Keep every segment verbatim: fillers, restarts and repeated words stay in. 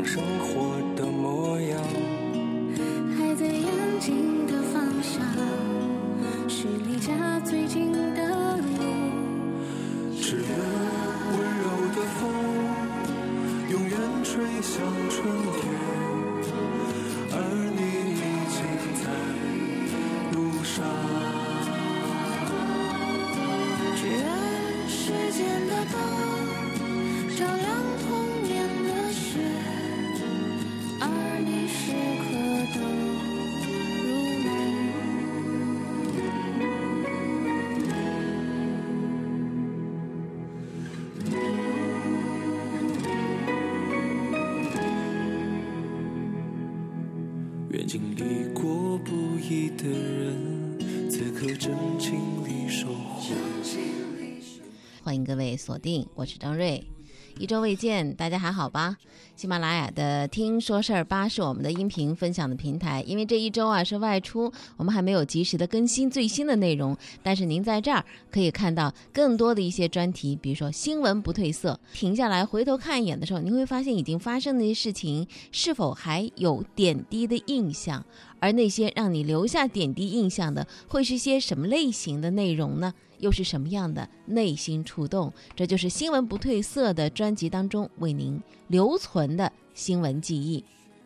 像生活的模样， 还在眼睛的方向，是离家最近的路。 只愿温柔的风永远吹向春天，而你已经在路上。 只愿时间的灯照亮童年的雪，而你时刻都如梦。 愿经历过不易的人，此刻真情里守护。 欢迎各位锁定，我是张瑞。一周未见，大家还好吧？喜马拉雅的听说事儿吧是我们的音频分享的平台，因为这一周啊是外出，我们还没有及时的更新最新的内容，但是您在这儿可以看到更多的一些专题，比如说新闻不褪色，停下来回头看一眼的时候，您会发现已经发生的一些事情是否还有点滴的印象，而那些让你留下点滴印象的会是些什么类型的内容呢？又是什么样的内心触动？这就是新闻不褪色的专辑当中为您留存的新闻记忆。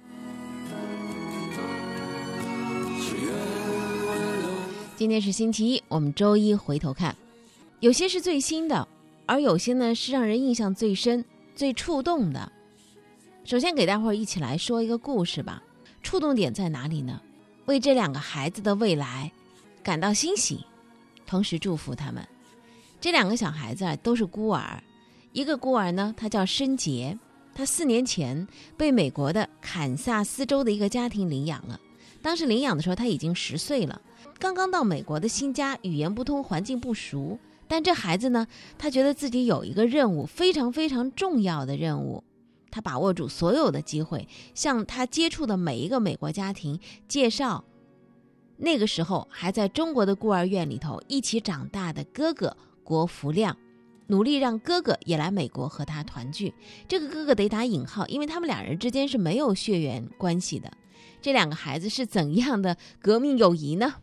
今天是星期一，我们周一回头看，有些是最新的，而有些呢是让人印象最深最触动的。首先给大伙儿一起来说一个故事吧。触动点在哪里呢？为这两个孩子的未来感到欣喜，同时祝福他们。这两个小孩子啊都是孤儿，一个孤儿呢他叫申杰，他四年前被美国的堪萨斯州的一个家庭领养了。当时领养的时候他已经十岁了，刚刚到美国的新家，语言不通，环境不熟，但这孩子呢他觉得自己有一个任务，非常非常重要的任务，他把握住所有的机会，向他接触的每一个美国家庭介绍那个时候还在中国的孤儿院里头一起长大的哥哥郭福亮，努力让哥哥也来美国和他团聚。这个哥哥得打引号，因为他们两人之间是没有血缘关系的。这两个孩子是怎样的革命友谊呢？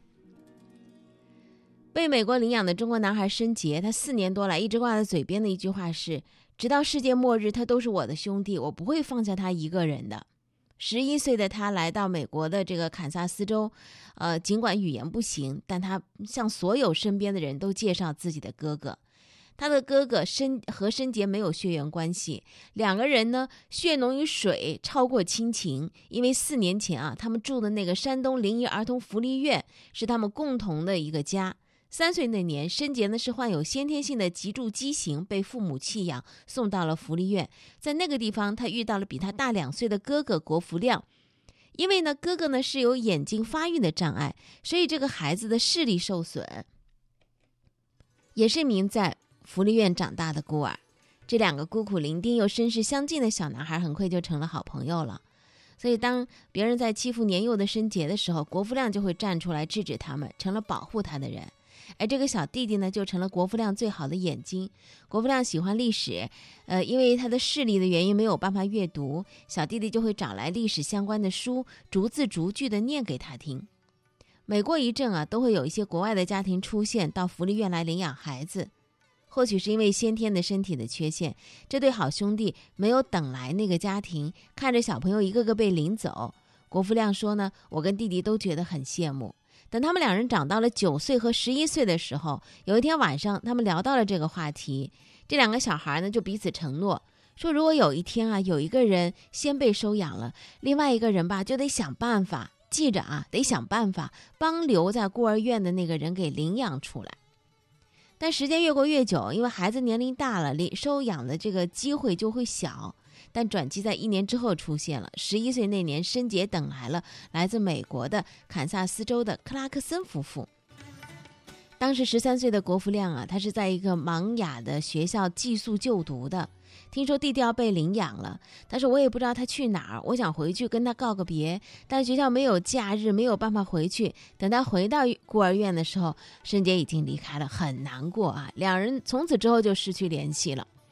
被美国领养的中国男孩申杰，他四年多来一直挂在嘴边的一句话是，直到世界末日他都是我的兄弟，我不会放下他一个人的。十一岁的他来到美国的这个堪萨斯州，呃，尽管语言不行，但他向所有身边的人都介绍自己的哥哥。他的哥哥申和申杰没有血缘关系，两个人呢血浓于水，超过亲情。因为四年前啊，他们住的那个山东临沂儿童福利院是他们共同的一个家。三岁那年，申杰呢是患有先天性的脊柱畸形，被父母弃养，送到了福利院。在那个地方，他遇到了比他大两岁的哥哥郭福亮。因为呢，哥哥呢是有眼睛发育的障碍，所以这个孩子的视力受损，也是一名在福利院长大的孤儿。这两个孤苦伶仃又身世相近的小男孩，很快就成了好朋友了。所以当别人在欺负年幼的申杰的时候，郭福亮就会站出来制止他们，成了保护他的人。而这个小弟弟呢，就成了郭福亮最好的眼睛。郭福亮喜欢历史，呃，因为他的视力的原因没有办法阅读，小弟弟就会找来历史相关的书，逐字逐句的念给他听。每过一阵啊，都会有一些国外的家庭出现，到福利院来领养孩子。或许是因为先天的身体的缺陷，这对好兄弟没有等来那个家庭，看着小朋友一个个被领走。郭福亮说呢，我跟弟弟都觉得很羡慕。等他们两人长到了九岁和十一岁的时候，有一天晚上，他们聊到了这个话题。这两个小孩呢，就彼此承诺说，如果有一天啊，有一个人先被收养了，另外一个人吧，就得想办法，记着啊，得想办法帮留在孤儿院的那个人给领养出来。但时间越过越久，因为孩子年龄大了，收养的这个机会就会小。但转机在一年之后出现了。十一岁那年，申杰等来了来自美国的堪萨斯州的克拉克森夫妇。当时十三岁的郭福亮啊，他是在一个盲哑的学校寄宿就读的。听说弟弟要被领养了，他说我也不知道他去哪儿，我想回去跟他告个别，但学校没有假日，没有办法回去。等他回到孤儿院的时候，申杰已经离开了，很难过啊。两人从此之后就失去联系了。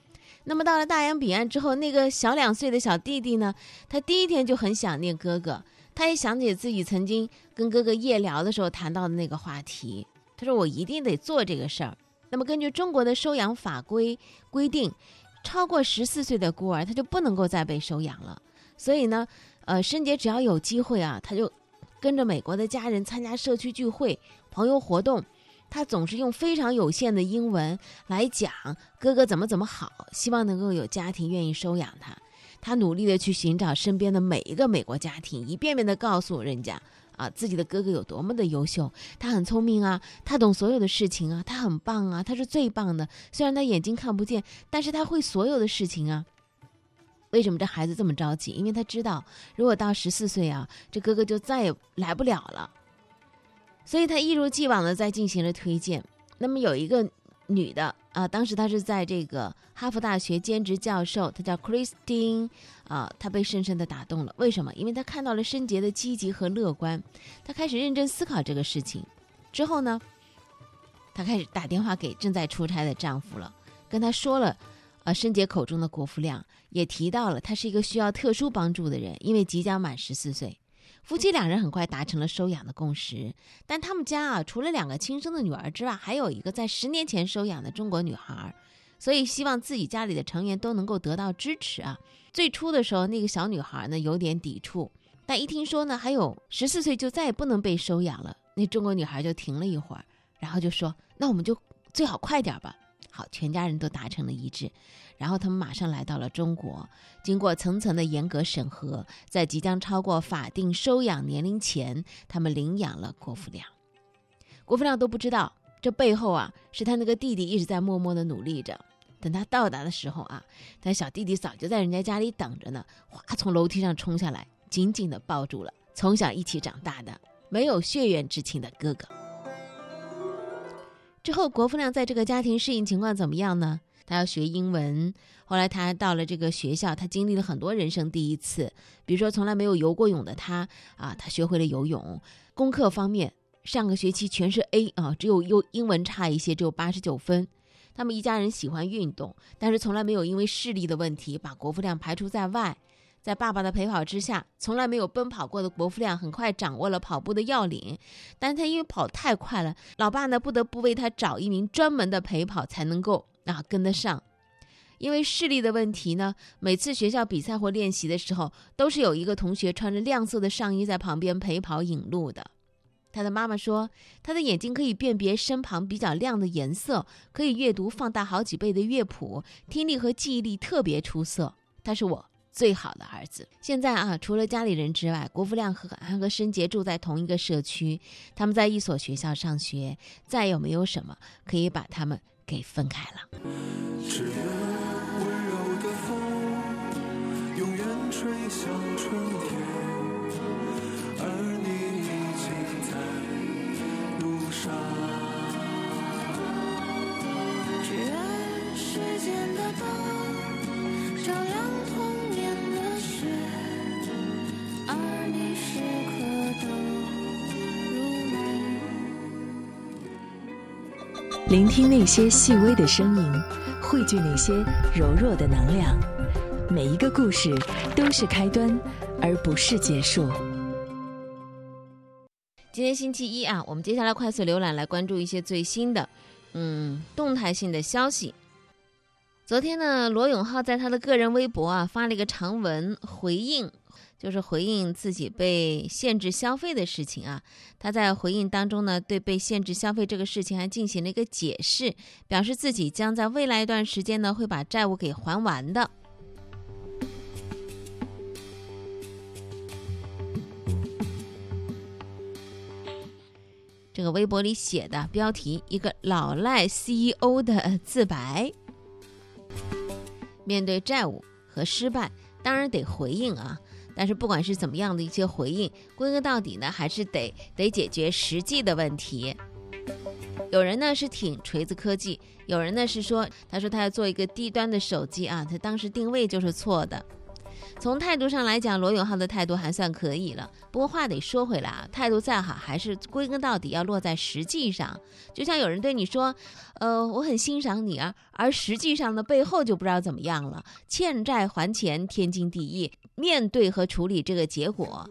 那么到了大洋彼岸之后，那个小两岁的小弟弟呢，他第一天就很想念哥哥，他也想起自己曾经跟哥哥夜聊的时候谈到的那个话题，他说我一定得做这个事儿。那么根据中国的收养法规规定，超过十四岁的孤儿他就不能够再被收养了。所以呢，呃，申杰只要有机会啊，他就跟着美国的家人参加社区聚会、朋友活动，他总是用非常有限的英文来讲哥哥怎么怎么好，希望能够有家庭愿意收养他。他努力的去寻找身边的每一个美国家庭，一遍遍的告诉人家啊，自己的哥哥有多么的优秀，他很聪明啊，他懂所有的事情啊，他很棒啊，他是最棒的。虽然他眼睛看不见，但是他会所有的事情啊。为什么这孩子这么着急？因为他知道，如果到十四岁啊，这哥哥就再也来不了了。所以他一如既往的在进行了推荐。那么有一个女的啊，当时她是在这个哈佛大学兼职教授，她叫 Christine 啊，她被深深的打动了。为什么？因为她看到了申杰的积极和乐观，她开始认真思考这个事情。之后呢，她开始打电话给正在出差的丈夫了，跟他说了呃，申杰口中的国富亮，也提到了他是一个需要特殊帮助的人，因为即将满十四岁。夫妻两人很快达成了收养的共识，但他们家啊，除了两个亲生的女儿之外，还有一个在十年前收养的中国女孩，所以希望自己家里的成员都能够得到支持啊。最初的时候，那个小女孩呢有点抵触，但一听说呢还有十四岁就再也不能被收养了，那中国女孩就停了一会儿，然后就说：“那我们就最好快点吧。”好，全家人都达成了一致，然后他们马上来到了中国，经过层层的严格审核，在即将超过法定收养年龄前，他们领养了郭富亮。郭富亮都不知道，这背后啊是他那个弟弟一直在默默的努力着。等他到达的时候啊，他小弟弟早就在人家家里等着呢，哗从楼梯上冲下来，紧紧地抱住了从小一起长大的没有血缘之亲的哥哥。之后郭富亮在这个家庭适应情况怎么样呢？他要学英文，后来他到了这个学校，他经历了很多人生第一次，比如说从来没有游过泳的他啊，他学会了游泳。功课方面，上个学期全是 A 啊，只有英文差一些，只有八十九分。他们一家人喜欢运动，但是从来没有因为视力的问题把郭富亮排除在外。在爸爸的陪跑之下，从来没有奔跑过的郭富亮很快掌握了跑步的要领，但他因为跑太快了，老爸呢不得不为他找一名专门的陪跑才能够啊跟得上。因为视力的问题呢，每次学校比赛或练习的时候，都是有一个同学穿着亮色的上衣在旁边陪跑引路的。他的妈妈说，他的眼睛可以辨别身旁比较亮的颜色，可以阅读放大好几倍的乐谱，听力和记忆力特别出色。他是我最好的儿子。现在啊，除了家里人之外，郭富亮和还和申杰住在同一个社区，他们在一所学校上学，再也没有什么可以把他们给分开了。 只愿温柔的风永远吹向春天，而你已经在路上。 只愿时间的灯照亮童年的雪，而你时刻都如梦。 聆听那些细微的声音，汇聚那些柔弱的能量。每一个故事都是开端，而不是结束。 今天星期一啊，我们接下来快速浏览，来关注一些最新的嗯动态性的消息。昨天呢，罗永浩在他的个人微博啊发了一个长文回应，就是回应自己被限制消费的事情啊。他在回应当中呢，对被限制消费这个事情还进行了一个解释，表示自己将在未来一段时间呢会把债务给还完的。这个微博里写的标题，一个老赖 C E O 的自白。面对债务和失败，当然得回应啊，但是不管是怎么样的一些回应，归根到底呢，还是得得解决实际的问题。有人呢是挺锤子科技，有人呢是说，他说他要做一个低端的手机啊，他当时定位就是错的。 从态度上来讲，罗永浩的态度还算可以了。不过话得说回来啊，态度再好，还是归根到底要落在实际上。就像有人对你说，呃，我很欣赏你啊，而实际上的背后就不知道怎么样了。欠债还钱，天经地义。面对和处理这个结果。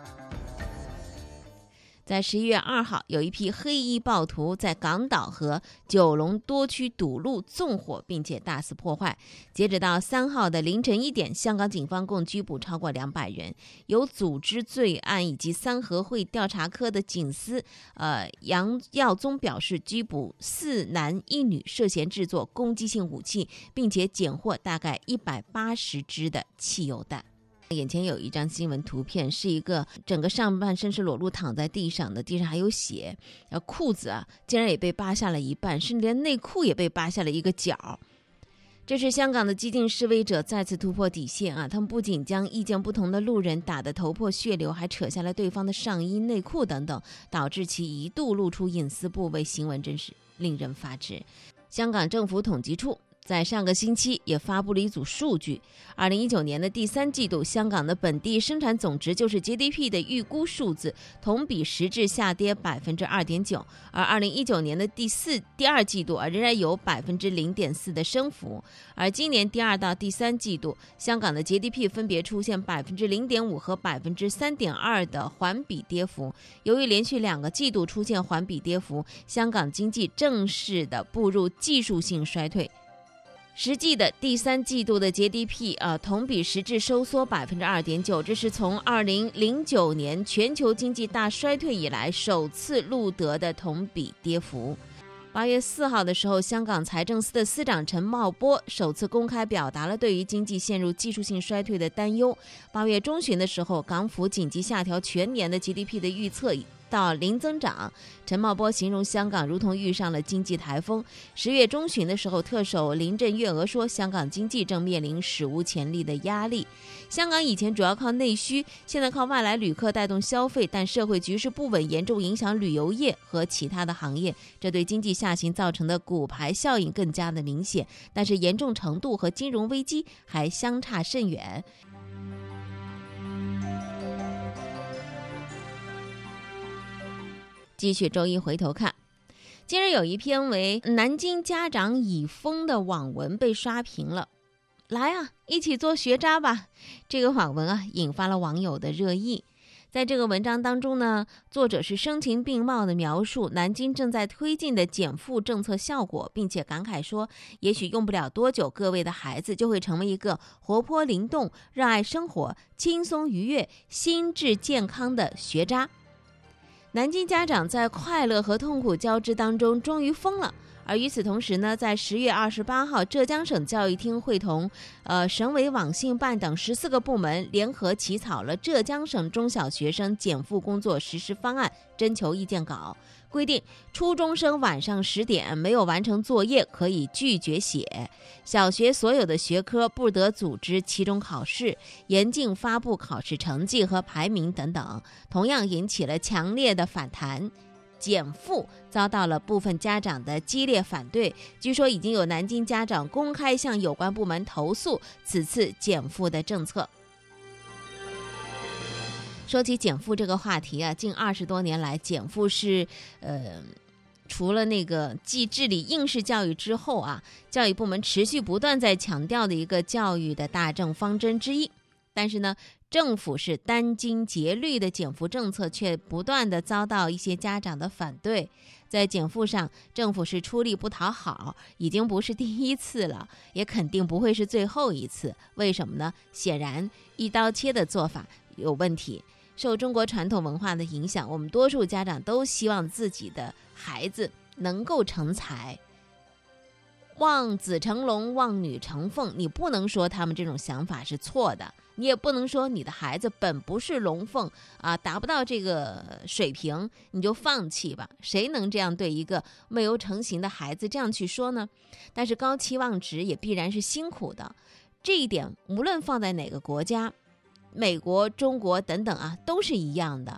在十一月二号，有一批黑衣暴徒在港岛和九龙多区堵路纵火，并且大肆破坏。截止到三号的凌晨一点，香港警方共拘捕超过两百人。有组织罪案以及三合会调查科的警司呃杨耀宗表示，拘捕四男一女，涉嫌制作攻击性武器，并且检获大概一百八十支的汽油弹。眼前有一张新闻图片，是一个整个上半身是裸露躺在地上的，地上还有血，然后裤子啊竟然也被扒下了一半，甚至连内裤也被扒下了一个角。这是香港的激进示威者再次突破底线啊！他们不仅将意见不同的路人打得头破血流，还扯下了对方的上衣、内裤等等，导致其一度露出隐私部位，行为真是令人发指。香港政府统计处在上个星期也发布了一组数据，二零一九年的第三季度，香港的本地生产总值，就是 G D P 的预估数字，同比实质下跌 百分之二点九， 而二零一九年的第四第二季度啊，仍然有 百分之零点四 的升幅，而今年第二到第三季度，香港的 G D P 分别出现 百分之零点五 和 百分之三点二 的环比跌幅。由于连续两个季度出现环比跌幅，香港经济正式的步入技术性衰退。实际的第三季度的 G D P 啊，同比实质收缩 百分之二点九， 这是从二零零九年全球经济大衰退以来首次录得的同比跌幅。八月四号的时候，香港财政司的司长陈茂波首次公开表达了对于经济陷入技术性衰退的担忧。八月中旬的时候，港府紧急下调全年的 G D P 的预测到零增长。陈茂波形容香港如同遇上了经济台风。十月中旬的时候，特首林郑月娥说，香港经济正面临史无前例的压力。香港以前主要靠内需，现在靠外来旅客带动消费，但社会局势不稳，严重影响旅游业和其他的行业，这对经济下行造成的骨牌效应更加的明显，但是严重程度和金融危机还相差甚远。继续周一回头看，今日有一篇为南京家长已疯的网文被刷屏了。来啊，一起做学渣吧！这个网文啊，引发了网友的热议。在这个文章当中呢，作者是声情并茂的描述南京正在推进的减负政策效果，并且感慨说，也许用不了多久，各位的孩子就会成为一个活泼灵动、热爱生活、轻松愉悦、心智健康的学渣。南京家长在快乐和痛苦交织当中终于疯了。而与此同时呢，在十月二十八号，浙江省教育厅会同呃省委网信办等十四个部门联合起草了浙江省中小学生减负工作实施方案征求意见稿，规定初中生晚上十点没有完成作业可以拒绝写，小学所有的学科不得组织期中考试，严禁发布考试成绩和排名等等，同样引起了强烈的反弹。减负遭到了部分家长的激烈反对，据说已经有南京家长公开向有关部门投诉此次减负的政策。说起减负这个话题啊，近二十多年来，减负是呃除了那个继治理应试教育之后啊，教育部门持续不断在强调的一个教育的大政方针之一。但是呢，政府是殚精竭虑的减负政策，却不断的遭到一些家长的反对。在减负上，政府是出力不讨好，已经不是第一次了，也肯定不会是最后一次。为什么呢？显然一刀切的做法有问题。受中国传统文化的影响，我们多数家长都希望自己的孩子能够成才，望子成龙，望女成凤。你不能说他们这种想法是错的，你也不能说你的孩子本不是龙凤啊，达不到这个水平你就放弃吧。谁能这样对一个没有成型的孩子这样去说呢？但是高期望值也必然是辛苦的，这一点无论放在哪个国家，美国、中国等等啊，都是一样的。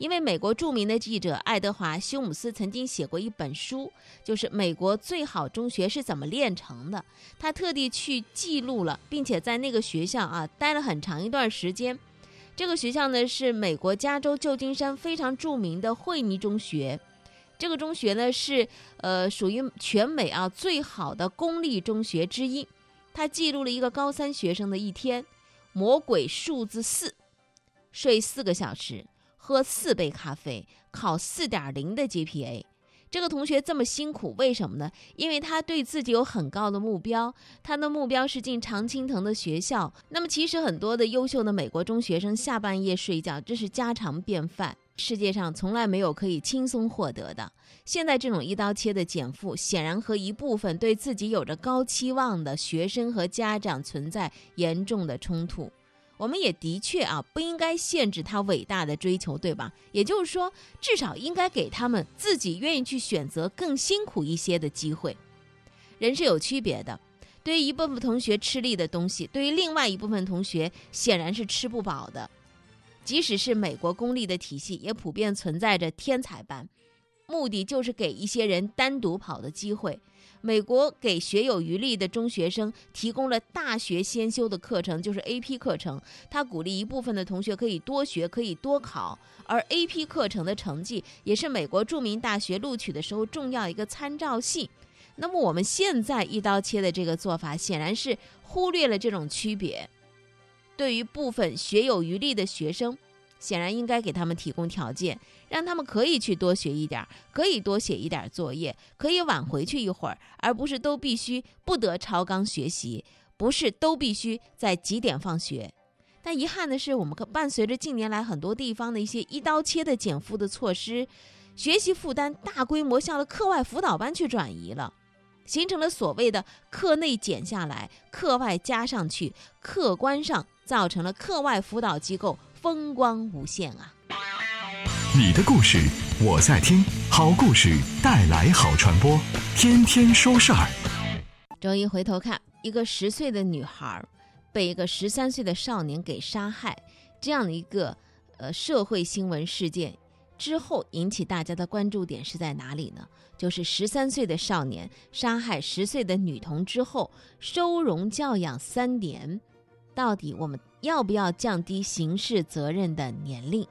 因为美国著名的记者爱德华·休姆斯曾经写过一本书，就是美国最好中学是怎么炼成的。他特地去记录了，并且在那个学校啊待了很长一段时间。这个学校呢是美国加州旧金山非常著名的惠尼中学。这个中学呢是呃属于全美啊最好的公立中学之一。他记录了一个高三学生的一天，魔鬼数字四，睡四个小时，喝四杯咖啡，考 四点零 的 G P A。 这个同学这么辛苦，为什么呢？因为他对自己有很高的目标，他的目标是进常青藤的学校。那么其实很多的优秀的美国中学生下半夜睡觉，这是家常便饭，世界上从来没有可以轻松获得的。现在这种一刀切的减负，显然和一部分对自己有着高期望的学生和家长存在严重的冲突。我们也的确啊，不应该限制他伟大的追求，对吧？也就是说，至少应该给他们自己愿意去选择更辛苦一些的机会。人是有区别的，对于一部分同学吃力的东西，对于另外一部分同学显然是吃不饱的。即使是美国公立的体系，也普遍存在着天才班，目的就是给一些人单独跑的机会。美国给学有余力的中学生提供了大学先修的课程，就是 A P 课程。他鼓励一部分的同学可以多学，可以多考，而 A P 课程的成绩也是美国著名大学录取的时候重要一个参照系。那么我们现在一刀切的这个做法，显然是忽略了这种区别。对于部分学有余力的学生，显然应该给他们提供条件，让他们可以去多学一点，可以多写一点作业，可以晚回去一会儿，而不是都必须不得超纲学习，不是都必须在几点放学。但遗憾的是，我们伴随着近年来很多地方的一些一刀切的减负的措施，学习负担大规模向了课外辅导班去转移了，形成了所谓的课内减下来，课外加上去，客观上造成了课外辅导机构风光无限啊！ 你的故事我在听，好故事带来好传播，天天说事儿。 周一回头看，一个十岁的女孩被一个十三岁的少年给杀害，这样的一个呃社会新闻事件之后，引起大家的关注点是在哪里呢？就是十三岁的少年杀害十岁的女童之后，收容教养三年，到底我们要不要降低刑事责任的年龄？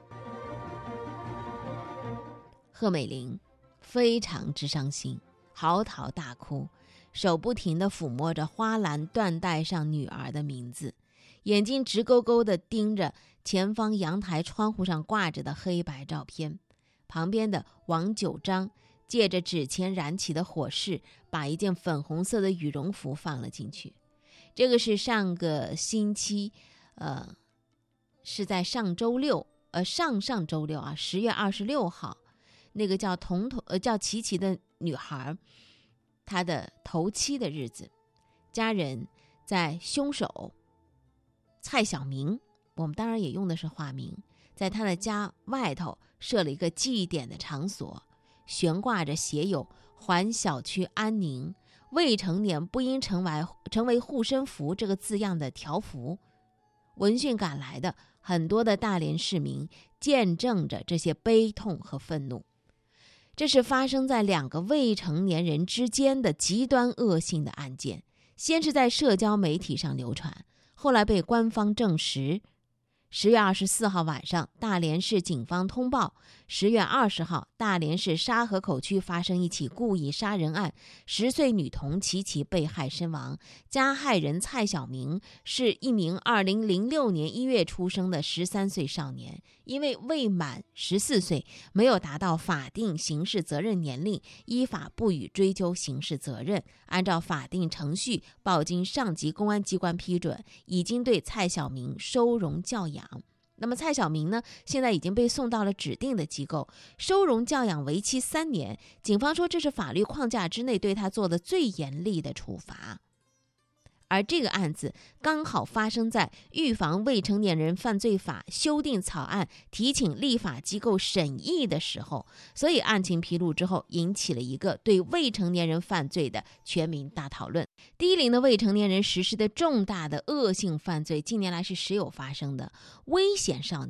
贺美玲非常之伤心，嚎啕大哭，手不停地抚摸着花篮缎带上女儿的名字，眼睛直勾勾地盯着前方阳台窗户上挂着的黑白照片。旁边的王九章借着纸钱燃起的火势，把一件粉红色的羽绒服放了进去。这个是上个星期呃，是在上周六呃上上周六啊，十月二十六号，那个叫彤彤呃叫琪琪的女孩她的头七的日子。家人在凶手蔡小明，我们当然也用的是化名，在他的家外头设了一个祭典的场所，悬挂着写有还小区安宁，未成年不应成为成为护身符这个字样的条幅。闻讯赶来的很多的大连市民见证着这些悲痛和愤怒。这是发生在两个未成年人之间的极端恶性的案件，先是在社交媒体上流传，后来被官方证实。十月二十四号晚上，大连市警方通报，十月二十号，大连市沙河口区发生一起故意杀人案，十岁女童琪琪被害身亡。加害人蔡小明是一名二零零六年一月出生的十三岁少年，因为未满十四岁，没有达到法定刑事责任年龄，依法不予追究刑事责任。按照法定程序，报经上级公安机关批准，已经对蔡小明收容教养。那么蔡小明呢，现在已经被送到了指定的机构，收容教养为期三年。警方说这是法律框架之内对他做的最严厉的处罚。而这个案子刚好发生在预防未成年人犯罪法修订草案提请立法机构审议的时候，所以案情披露之后，引起了一个对未成年人犯罪的全民大讨论。低龄的未成年人实施的重大的恶性犯罪，近年来是时有发生的。危险少年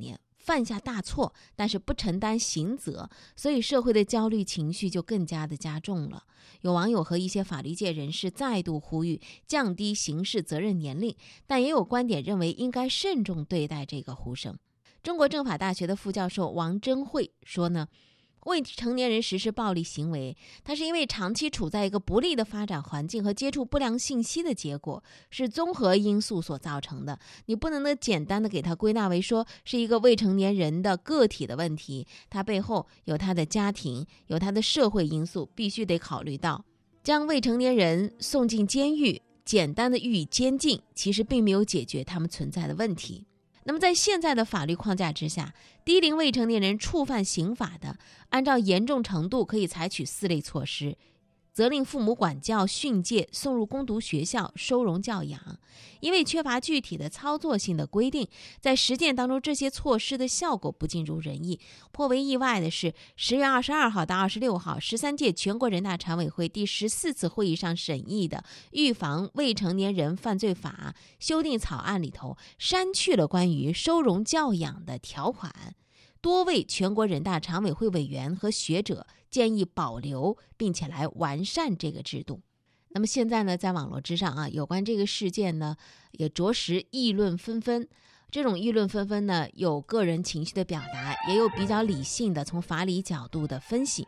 犯下大错，但是不承担刑责，所以社会的焦虑情绪就更加的加重了。有网友和一些法律界人士再度呼吁降低刑事责任年龄，但也有观点认为应该慎重对待这个呼声。中国政法大学的副教授王珍慧说呢，未成年人实施暴力行为，它是因为长期处在一个不利的发展环境和接触不良信息的结果，是综合因素所造成的。你不能简单的给它归纳为说是一个未成年人的个体的问题，它背后有他的家庭，有他的社会因素，必须得考虑到。将未成年人送进监狱，简单的予以监禁，其实并没有解决他们存在的问题。那么在现在的法律框架之下，低龄未成年人触犯刑法的，按照严重程度可以采取四类措施：责令父母管教、训诫、送入攻读学校、收容教养。因为缺乏具体的操作性的规定，在实践当中这些措施的效果不尽如人意。颇为意外的是，十月二十二号到二十六号，十三届全国人大常委会第十四次会议上审议的《预防未成年人犯罪法》修订草案里头，删去了关于收容教养的条款。多位全国人大常委会委员和学者建议保留，并且来完善这个制度。那么现在呢，在网络之上啊，有关这个事件呢，也着实议论纷纷。这种议论纷纷呢，有个人情绪的表达，也有比较理性的从法理角度的分析。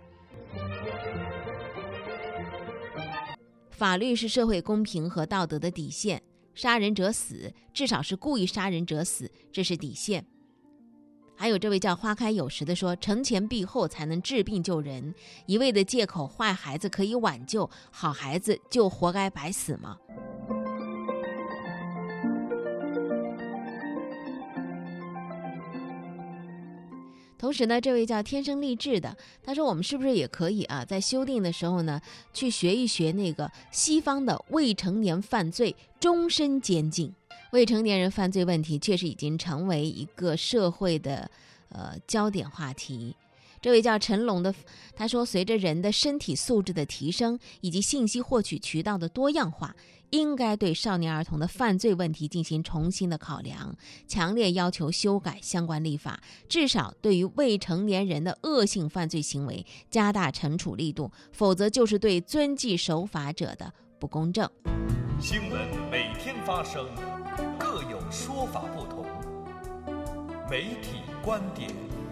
法律是社会公平和道德的底线，杀人者死，至少是故意杀人者死，这是底线。还有这位叫花开有时的说，惩前毖后才能治病救人，一味的借口坏孩子可以挽救，好孩子就活该白死吗？同时呢，这位叫天生丽质的，他说我们是不是也可以啊，在修订的时候呢，去学一学那个西方的未成年犯罪终身监禁。未成年人犯罪问题确实已经成为一个社会的呃焦点话题。这位叫陈龙的，他说随着人的身体素质的提升以及信息获取渠道的多样化，应该对少年儿童的犯罪问题进行重新的考量，强烈要求修改相关立法，至少对于未成年人的恶性犯罪行为加大惩处力度，否则就是对遵纪守法者的不公正。 新闻每天发生，各有说法不同，媒体观点。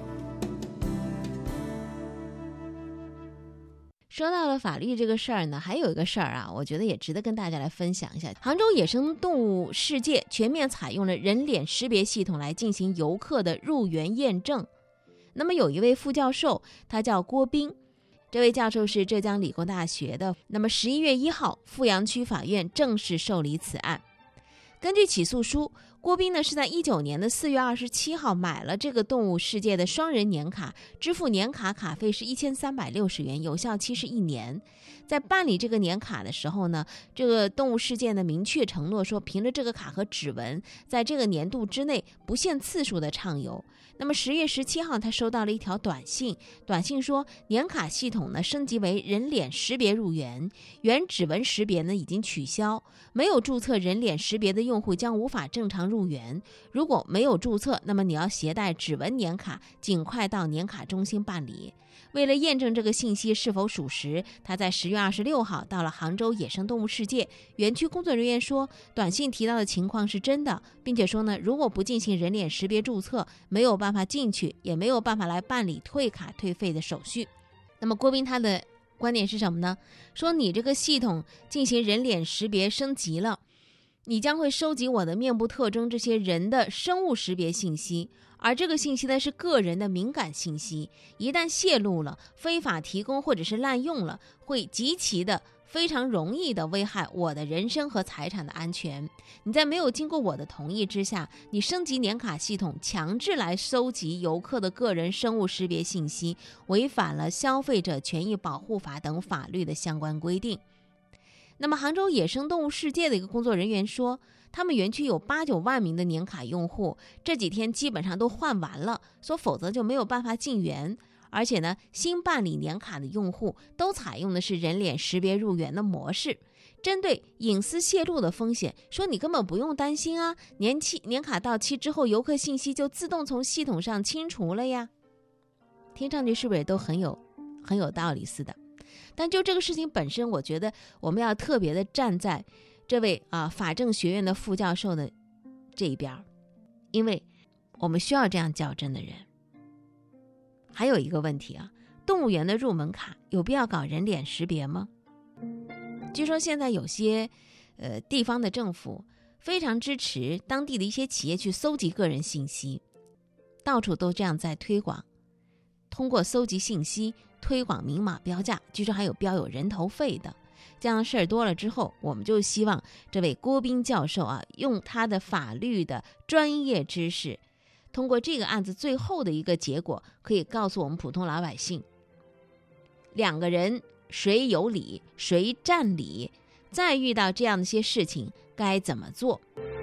说到了法律这个事儿呢，还有一个事儿啊，我觉得也值得跟大家来分享一下。杭州野生动物世界全面采用了人脸识别系统来进行游客的入园验证。那么有一位副教授，他叫郭斌，这位教授是浙江理工大学的。那么十一月一号，富阳区法院正式受理此案。根据起诉书，郭斌呢是在一九年的四月二十七号买了这个动物世界的双人年卡，支付年卡卡费是一千三百六十元，有效期是一年。在办理这个年卡的时候呢，这个动物世界呢明确承诺说，凭着这个卡和指纹，在这个年度之内不限次数的畅游。那么十月十七号，他收到了一条短信，短信说年卡系统呢升级为人脸识别入园，原指纹识别呢已经取消，没有注册人脸识别的用户将无法正常入园。如果没有注册，那么你要携带指纹年卡，尽快到年卡中心办理。为了验证这个信息是否属实，他在十月二十六号到了杭州野生动物世界，园区工作人员说短信提到的情况是真的，并且说呢，如果不进行人脸识别注册，没有办法进去，也没有办法来办理退卡退费的手续。那么郭斌他的观点是什么呢？说你这个系统进行人脸识别升级了，你将会收集我的面部特征这些人的生物识别信息，而这个信息呢是个人的敏感信息，一旦泄露了、非法提供或者是滥用了，会极其的非常容易的危害我的人身和财产的安全。你在没有经过我的同意之下，你升级年卡系统，强制来收集游客的个人生物识别信息，违反了消费者权益保护法等法律的相关规定。那么杭州野生动物世界的一个工作人员说，他们园区有八九万名的年卡用户，这几天基本上都换完了，说否则就没有办法进园。而且呢，新办理年卡的用户都采用的是人脸识别入园的模式。 针对隐私泄露的风险，说你根本不用担心啊，年期年卡到期之后，游客信息就自动从系统上清除了呀。听上去是不是也都很有很有道理似的？但就这个事情本身，我觉得我们要特别的站在这位啊法政学院的副教授的这一边，因为我们需要这样较真的人。还有一个问题啊，动物园的入门卡有必要搞人脸识别吗？据说现在有些呃地方的政府非常支持当地的一些企业去搜集个人信息，到处都这样在推广，通过搜集信息推广明码标价，据说还有标有人头费的。这样的事儿多了之后，我们就希望这位郭斌教授啊，用他的法律的专业知识，通过这个案子最后的一个结果，可以告诉我们普通老百姓，两个人谁有理谁占理，再遇到这样的一些事情该怎么做。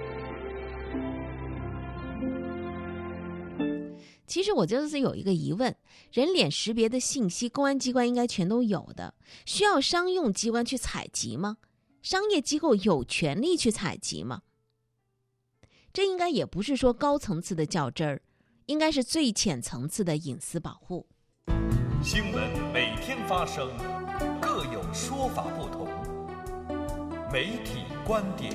其实我就是有一个疑问，人脸识别的信息公安机关应该全都有的，需要商用机关去采集吗？商业机构有权利去采集吗？这应该也不是说高层次的较真儿，应该是最浅层次的隐私保护。 新闻每天发生，各有说法不同。媒体观点。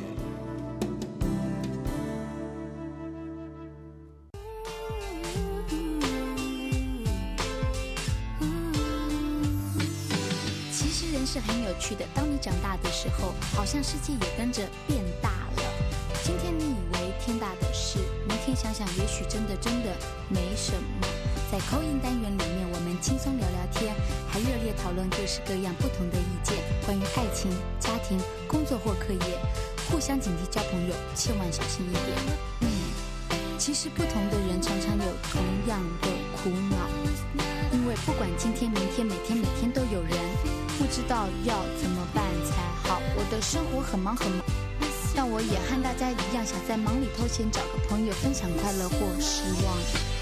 其实人是很有趣的，当你长大的时候，好像世界也跟着变大了。今天你以为天大的事，明天想想也许真的真的没什么。在口音单元里面，我们轻松聊聊天，还热烈讨论各式各样不同的意见，关于爱情、家庭、工作或课业，互相警惕交朋友，千万小心一点。嗯，其实不同的人常常有同样的苦恼，因为不管今天、明天、每天、每天都有人，不知道要怎么办才好。我的生活很忙很忙，但我也和大家一样，想在忙里偷闲，找个朋友分享快乐或失望。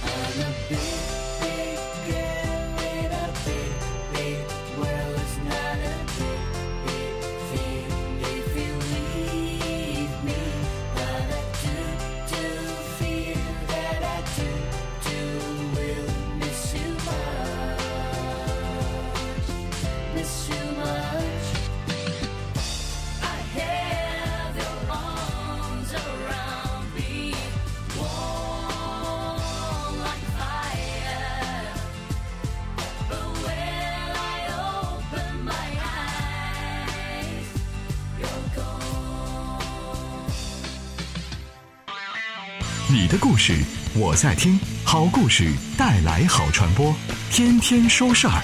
你的故事我在听，好故事带来好传播，天天说事儿。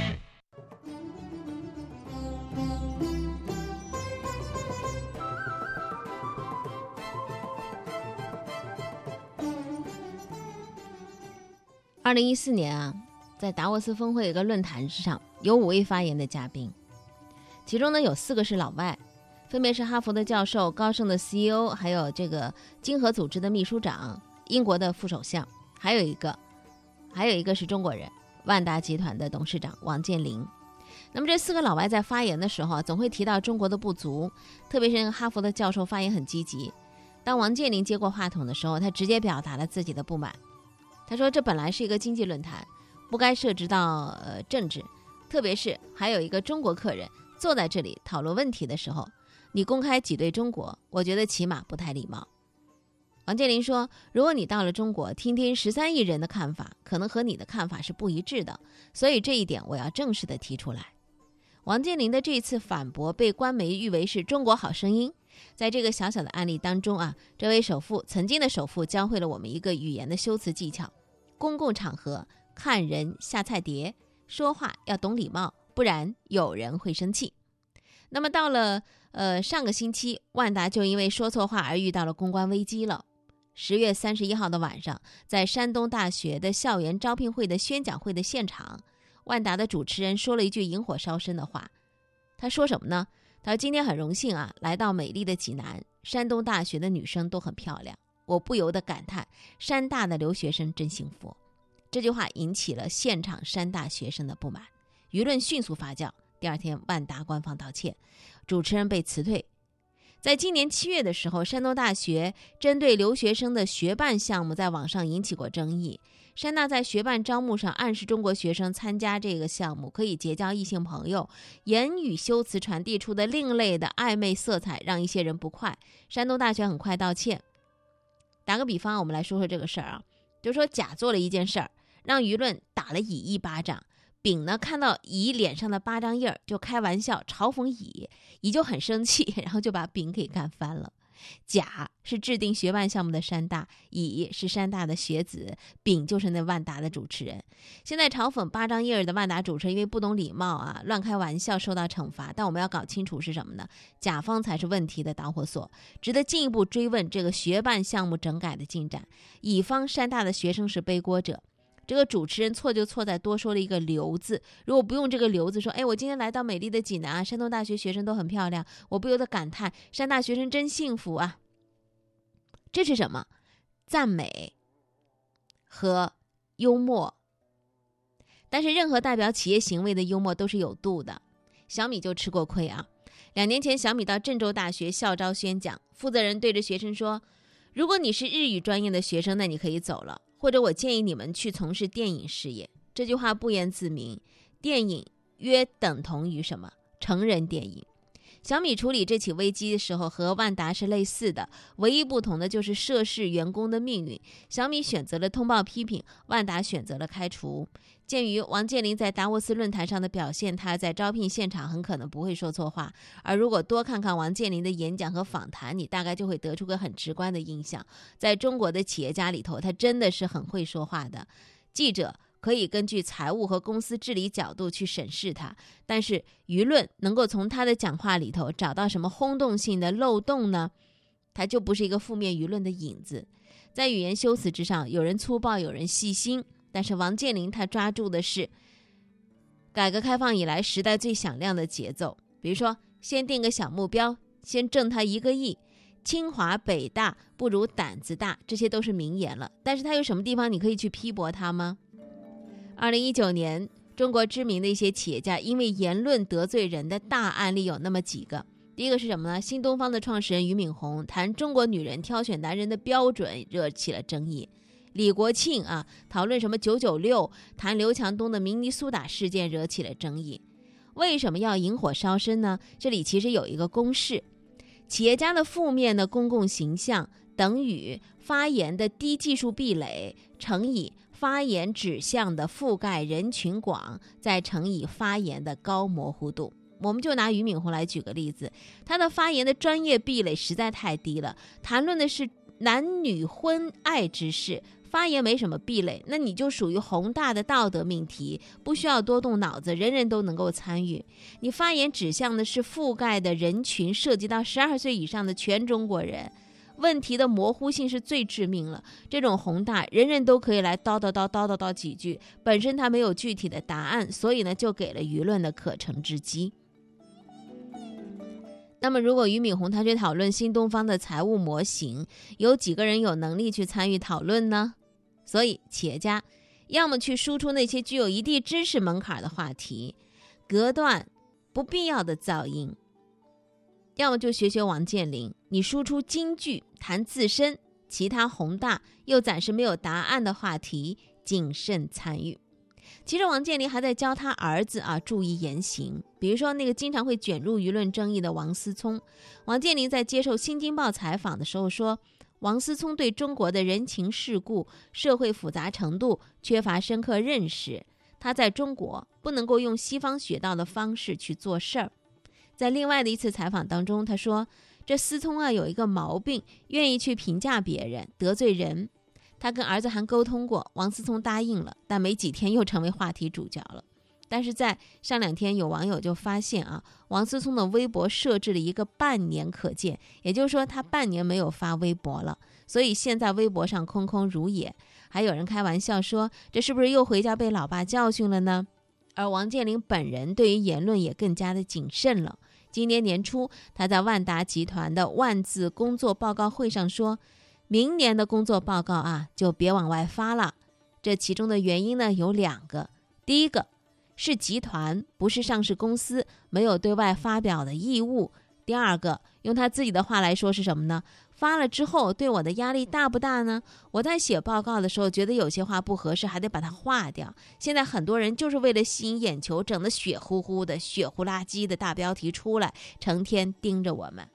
二零一四年啊，在达沃斯峰会一个论坛之上，有五位发言的嘉宾，其中呢有四个是老外，分别是哈佛的教授、高盛的 C E O， 还有这个经合组织的秘书长、英国的副首相，还有一个还有一个是中国人，万达集团的董事长王健林。那么这四个老外在发言的时候总会提到中国的不足，特别是那个哈佛的教授发言很积极。当王健林接过话筒的时候，他直接表达了自己的不满。他说这本来是一个经济论坛，不该涉及到呃政治，特别是还有一个中国客人坐在这里讨论问题的时候，你公开挤兑中国，我觉得起码不太礼貌。王健林说，如果你到了中国听听十三亿人的看法，可能和你的看法是不一致的，所以这一点我要正式的提出来。王健林的这次反驳被官媒誉为是中国好声音。在这个小小的案例当中啊，这位首富曾经的首富教会了我们一个语言的修辞技巧，公共场合看人下菜碟，说话要懂礼貌，不然有人会生气。那么到了呃上个星期，万达就因为说错话而遇到了公关危机了。十月三十一号的晚上，在山东大学的校园招聘会的宣讲会的现场，万达的主持人说了一句引火烧身的话。他说什么呢？他说今天很荣幸啊，来到美丽的济南，山东大学的女生都很漂亮，我不由得感叹山大的留学生真幸福。这句话引起了现场山大学生的不满，舆论迅速发酵。第二天万达官方道歉， 主持人被辞退。在今年七月的时候，山东大学针对留学生的学伴项目在网上引起过争议。山大在学伴招募上暗示中国学生参加这个项目可以结交异性朋友，言语修辞传递出的另类的暧昧色彩让一些人不快。山东大学很快道歉。打个比方，我们来说说这个事儿啊，就是说甲做了一件事儿，让舆论打了乙一巴掌。丙呢看到乙脸上的巴掌印儿，就开玩笑嘲讽乙，乙就很生气，然后就把丙给干翻了。甲是制定学伴项目的山大，乙是山大的学子，丙就是那万达的主持人。现在嘲讽巴掌印儿的万达主持人因为不懂礼貌啊，乱开玩笑受到惩罚，但我们要搞清楚是什么呢？甲方才是问题的导火索，值得进一步追问这个学伴项目整改的进展。乙方山大的学生是背锅者，这个主持人错就错在多说了一个留字，如果不用这个留字说，哎，我今天来到美丽的济南啊，山东大学学生都很漂亮，我不由得感叹山大学生真幸福啊。这是什么？赞美和幽默。但是任何代表企业行为的幽默都是有度的，小米就吃过亏啊。两年前小米到郑州大学校招宣讲，负责人对着学生说，如果你是日语专业的学生，那你可以走了，或者我建议你们去从事电影事业。这句话不言自明，电影约等同于什么？成人电影。小米处理这起危机的时候和万达是类似的，唯一不同的就是涉事员工的命运。小米选择了通报批评，万达选择了开除。鉴于王健林在达沃斯论坛上的表现，他在招聘现场很可能不会说错话，而如果多看看王健林的演讲和访谈，你大概就会得出个很直观的印象，在中国的企业家里头，他真的是很会说话的。记者可以根据财务和公司治理角度去审视他，但是舆论能够从他的讲话里头找到什么轰动性的漏洞呢？他就不是一个负面舆论的影子。在语言修辞之上，有人粗暴，有人细心，但是王健林他抓住的是改革开放以来时代最响亮的节奏，比如说先定个小目标，先挣他一个亿，清华北大不如胆子大，这些都是名言了，但是他有什么地方你可以去批驳他吗？二零一九年，中国知名的一些企业家因为言论得罪人的大案例有那么几个。第一个是什么呢？新东方的创始人俞敏洪谈中国女人挑选男人的标准惹起了争议。李国庆啊，讨论什么九九六，谈刘强东的明尼苏达事件惹起了争议。为什么要引火烧身呢？这里其实有一个公式，企业家的负面的公共形象等于发言的低技术壁垒乘以发言指向的覆盖人群广，再乘以发言的高模糊度。我们就拿俞敏洪来举个例子，他的发言的专业壁垒实在太低了，谈论的是男女婚爱之事，发言没什么壁垒，那你就属于宏大的道德命题，不需要多动脑子，人人都能够参与。你发言指向的是覆盖的人群涉及到十二岁以上的全中国人，问题的模糊性是最致命了。这种宏大，人人都可以来叨叨叨叨叨叨几句，本身它没有具体的答案，所以呢，就给了舆论的可乘之机。那么如果俞敏洪他去讨论新东方的财务模型，有几个人有能力去参与讨论呢？所以企业家要么去输出那些具有一定知识门槛的话题，隔断不必要的噪音，要么就学学王健林，你输出金句，谈自身，其他宏大又暂时没有答案的话题，谨慎参与。其实王健林还在教他儿子啊注意言行，比如说那个经常会卷入舆论争议的王思聪。王健林在接受《新京报》采访的时候说，王思聪对中国的人情世故、社会复杂程度缺乏深刻认识，他在中国不能够用西方学到的方式去做事儿。在另外的一次采访当中，他说这思聪啊有一个毛病，愿意去评价别人，得罪人。他跟儿子还沟通过，王思聪答应了，但没几天又成为话题主角了。但是在上两天，有网友就发现啊，王思聪的微博设置了一个半年可见，也就是说他半年没有发微博了，所以现在微博上空空如也。还有人开玩笑说，这是不是又回家被老爸教训了呢？而王健林本人对于言论也更加的谨慎了。今年年初，他在万达集团的万字工作报告会上说，明年的工作报告啊，就别往外发了。这其中的原因呢有两个，第一个， 是集团，不是上市公司，没有对外发表的义务。第二个，用他自己的话来说是什么呢？发了之后对我的压力大不大呢？我在写报告的时候觉得有些话不合适，还得把它划掉。现在很多人就是为了吸引眼球，整得血乎乎的、血乎垃圾的大标题出来，成天盯着我们。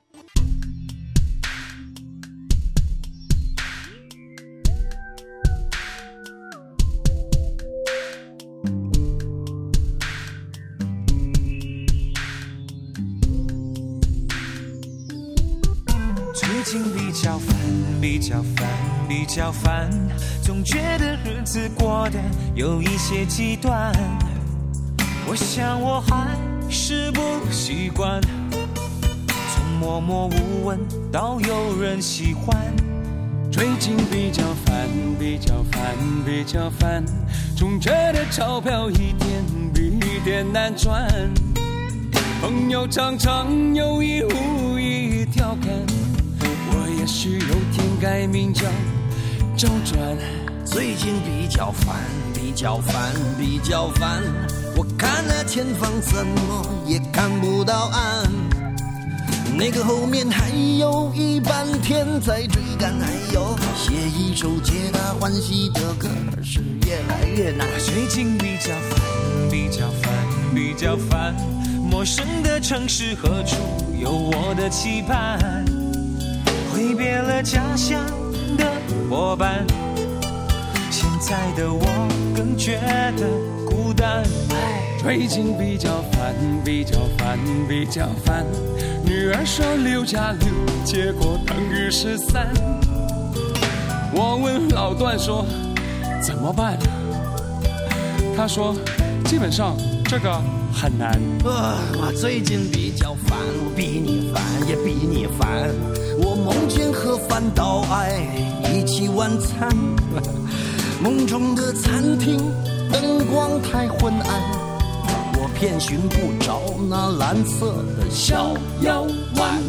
最近比较烦，比较烦，比较烦，总觉得日子过得有一些极端。我想我还是不习惯，从默默无闻到有人喜欢。最近比较烦，比较烦，比较烦，总觉得钞票一点比一点难赚。朋友常常有意无意调侃，也许有天改名叫周转。 最近比较烦，比较烦，比较烦，我看了前方怎么也看不到岸，那个后面还有一半天在追赶，还有写一首皆大欢喜的歌是越来越难。 最近比较烦，比较烦，比较烦，陌生的城市何处有我的期盼，挥别了家乡的伙伴，现在的我更觉得孤单。最近比较烦，比较烦，比较烦，女儿说六加六结果等于十三。我问老段说怎么办，他说基本上这个很难。 啊，我最近比较烦，我比你烦也比你烦，我梦见和范岛爱一起晚餐，梦中的餐厅灯光太昏暗，我偏寻不着那蓝色的小腰丸。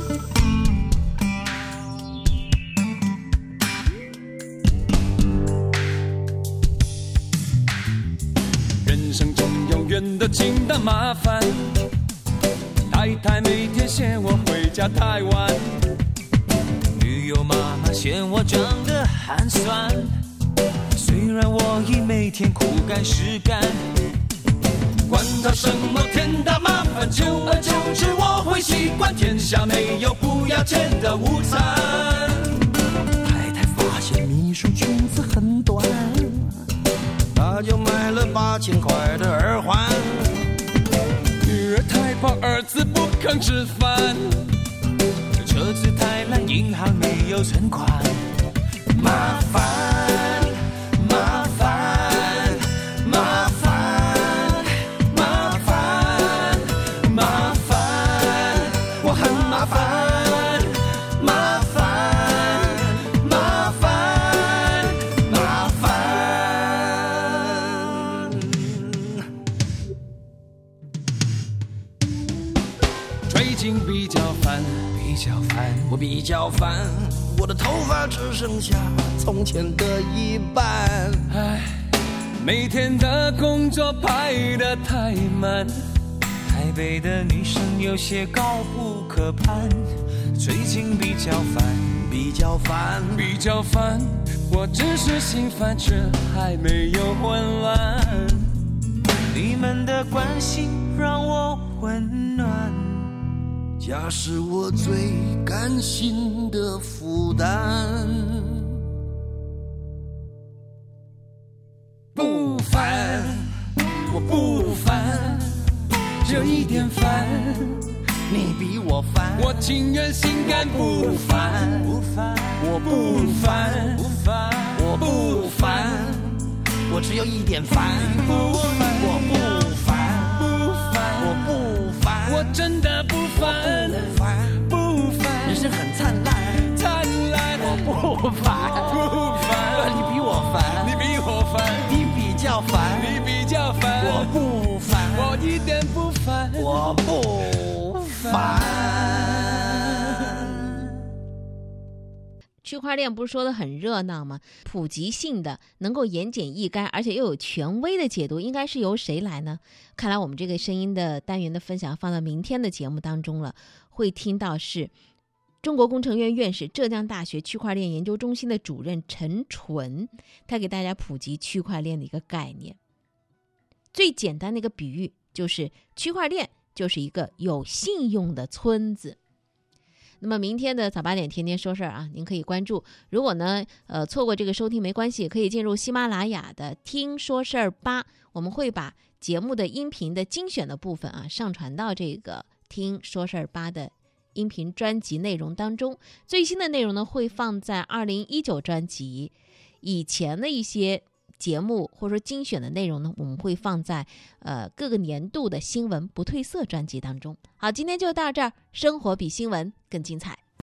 人生中永远的清淡麻烦，太太每天嫌我回家太晚，女友妈妈嫌我长得寒酸，虽然我已每天苦干实干，管他什么天大麻烦，久而久之我会习惯，天下没有不要钱的午餐。 太太发现秘书裙子很短，她就买了八千块的耳环。 女儿太胖，儿子不肯吃饭，车子太烂，银行没有存款。麻烦麻烦麻烦麻烦麻烦，我很麻烦麻烦麻烦麻烦。最近比较烦，比较烦， 我比较烦，我的头发只剩下从前的一半。 唉，每天的工作排得太满，台北的女生有些高不可攀。最近比较烦， 比较烦， 比较烦，我只是心烦，却还没有混乱。你们的关心让我温暖， 家是我最甘心的负担。 不烦，我不烦，只有一点烦。 你比我烦， 我情愿心甘不烦，不烦，我不烦，不烦， 我不烦，我只有一点烦， 不烦， 我不烦， 不烦， 我不烦， 我真的不烦， 不烦， 不烦， 人生很灿烂， 灿烂， 我不烦， 不烦， 你比我烦， 你比我烦， 你比较烦， 你比较烦， 我不烦， 我一点不烦， 我不烦。 区块链不是说的很热闹吗？普及性的，能够言简意赅，而且又有权威的解读，应该是由谁来呢？看来我们这个声音的单元的分享放到明天的节目当中了，会听到是中国工程院院士、浙江大学区块链研究中心的主任陈纯，他给大家普及区块链的一个概念。最简单的一个比喻就是区块链就是一个有信用的村子。那么明天的早八点天天说事儿啊，您可以关注。如果呢，呃，错过这个收听没关系，可以进入喜马拉雅的听说事儿吧，我们会把节目的音频的精选的部分啊，上传到这个听说事儿吧的音频专辑内容当中。最新的内容呢，会放在二零一九专辑，以前的一些节目或者说精选的内容呢，我们会放在呃各个年度的新闻不褪色专辑当中。好，今天就到这儿，生活比新闻更精彩。